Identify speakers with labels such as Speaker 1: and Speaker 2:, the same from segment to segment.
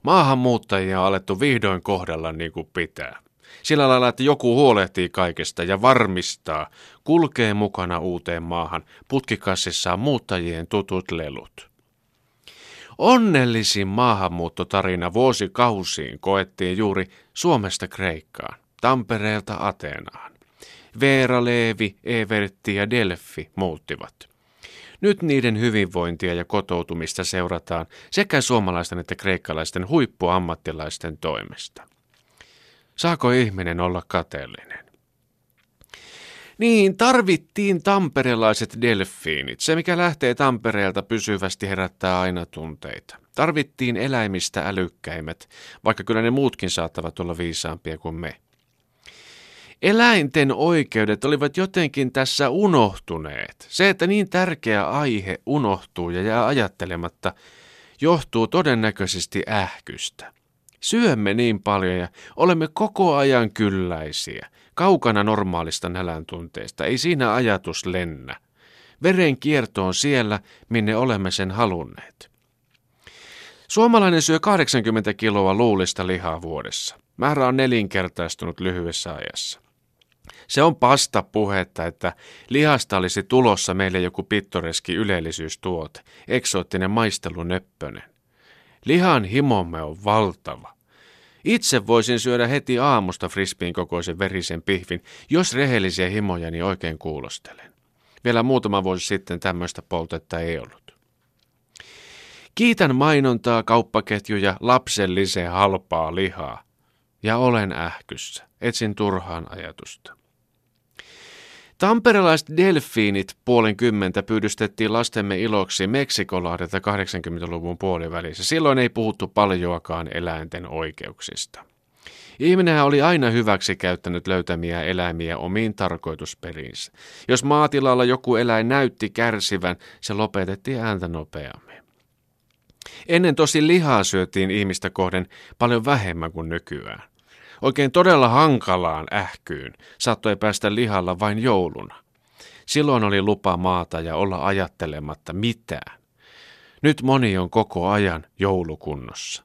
Speaker 1: Maahanmuuttajia on alettu vihdoin kohdella niin kuin pitää. Sillä lailla, että joku huolehtii kaikesta ja varmistaa, kulkee mukana uuteen maahan putkikassissaan muuttajien tutut lelut. Onnellisin maahanmuuttotarina vuosikausiin koettiin juuri Suomesta Kreikkaan, Tampereelta Ateenaan. Veera, Leevi, Evertti ja Delfi muuttivat. Nyt niiden hyvinvointia ja kotoutumista seurataan sekä suomalaisten että kreikkalaisten huippuammattilaisten toimesta. Saako ihminen olla kateellinen? Niin, tarvittiin tamperelaiset delfiinit. Se, mikä lähtee Tampereelta pysyvästi, herättää aina tunteita. Tarvittiin eläimistä älykkäimmät, vaikka kyllä ne muutkin saattavat olla viisaampia kuin me. Eläinten oikeudet olivat jotenkin tässä unohtuneet. Se, että niin tärkeä aihe unohtuu ja jää ajattelematta, johtuu todennäköisesti ähkystä. Syömme niin paljon ja olemme koko ajan kylläisiä, kaukana normaalista näläntunteesta. Ei siinä ajatus lennä. Verenkierto on siellä, minne olemme sen halunneet. Suomalainen syö 80 kiloa luulista lihaa vuodessa. Määrä on nelinkertaistunut lyhyessä ajassa. Se on pastapuhetta, että lihasta olisi tulossa meille joku pittoreski ylellisyystuote, eksoottinen maistelunöppönen. Lihan himomme on valtava. Itse voisin syödä heti aamusta frisbeen kokoisen verisen pihvin, jos rehellisiä himojani oikein kuulostelen. Vielä muutama vuosi sitten tämmöistä poltetta ei ollut. Kiitän mainontaa, kauppaketjuja, lapsellisen halpaa lihaa. Ja olen ähkyssä. Etsin turhaan ajatusta. Tamperelaiset delfiinit 50 pyydystettiin lastemme iloksi Meksikolahdelta 80-luvun puolivälissä. Silloin ei puhuttu paljoakaan eläinten oikeuksista. Ihminenhän oli aina hyväksi käyttänyt löytämiä eläimiä omiin tarkoitusperiinsä. Jos maatilalla joku eläin näytti kärsivän, se lopetettiin ääntä nopeammin. Ennen tosi lihaa syötiin ihmistä kohden paljon vähemmän kuin nykyään. Oikein todella hankalaan ähkyyn saattoi päästä lihalla vain jouluna. Silloin oli lupa maata ja olla ajattelematta mitään. Nyt moni on koko ajan joulukunnossa.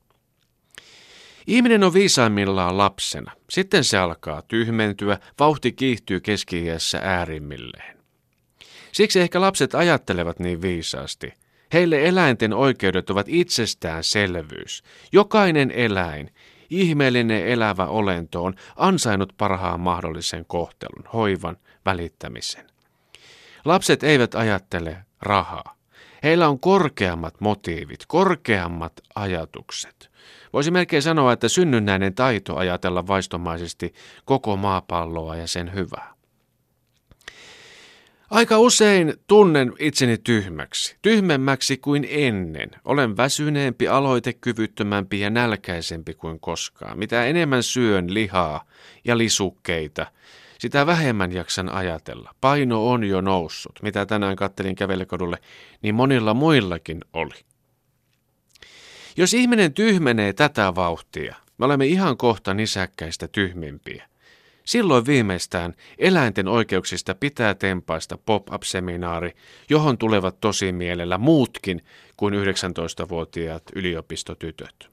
Speaker 1: Ihminen on viisaimmillaan lapsena. Sitten se alkaa tyhmentyä, vauhti kiihtyy keski-iässä äärimmilleen. Siksi ehkä lapset ajattelevat niin viisaasti. Heille eläinten oikeudet ovat itsestäänselvyys. Jokainen eläin, ihmeellinen elävä olento on ansainnut parhaan mahdollisen kohtelun, hoivan, välittämisen. Lapset eivät ajattele rahaa. Heillä on korkeammat motiivit, korkeammat ajatukset. Voisi melkein sanoa, että synnynnäinen taito ajatella vaistomaisesti koko maapalloa ja sen hyvää. Aika usein tunnen itseni tyhmäksi, tyhmemmäksi kuin ennen. Olen väsyneempi, aloitekyvyttömämpi ja nälkäisempi kuin koskaan. Mitä enemmän syön lihaa ja lisukkeita, sitä vähemmän jaksan ajatella. Paino on jo noussut. Mitä tänään kattelin kävelykadulle, niin monilla muillakin oli. Jos ihminen tyhmenee tätä vauhtia, me olemme ihan kohta nisäkkäistä tyhmimpiä. Silloin viimeistään eläinten oikeuksista pitää tempaista pop-up-seminaari, johon tulevat tosimielellä muutkin kuin 19-vuotiaat yliopistotytöt.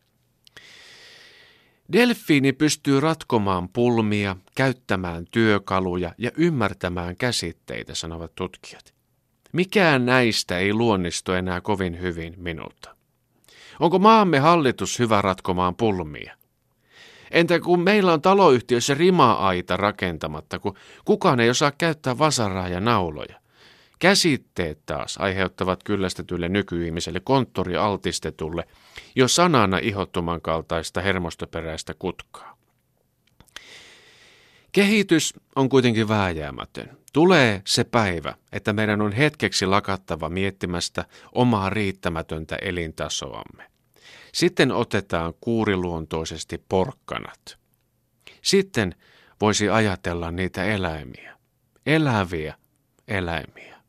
Speaker 1: Delfiini pystyy ratkomaan pulmia, käyttämään työkaluja ja ymmärtämään käsitteitä, sanovat tutkijat. Mikään näistä ei luonnistu enää kovin hyvin minulta. Onko maamme hallitus hyvä ratkomaan pulmia? Entä kun meillä on taloyhtiössä rima-aita rakentamatta, kun kukaan ei osaa käyttää vasaraa ja nauloja? Käsitteet taas aiheuttavat kyllästetylle nykyihmiselle konttorialtistetulle jo sanana ihottuman kaltaista hermostoperäistä kutkaa. Kehitys on kuitenkin vääjäämätön. Tulee se päivä, että meidän on hetkeksi lakattava miettimästä omaa riittämätöntä elintasoamme. Sitten otetaan kuuriluontoisesti porkkanat. Sitten voisi ajatella niitä eläimiä, eläviä eläimiä.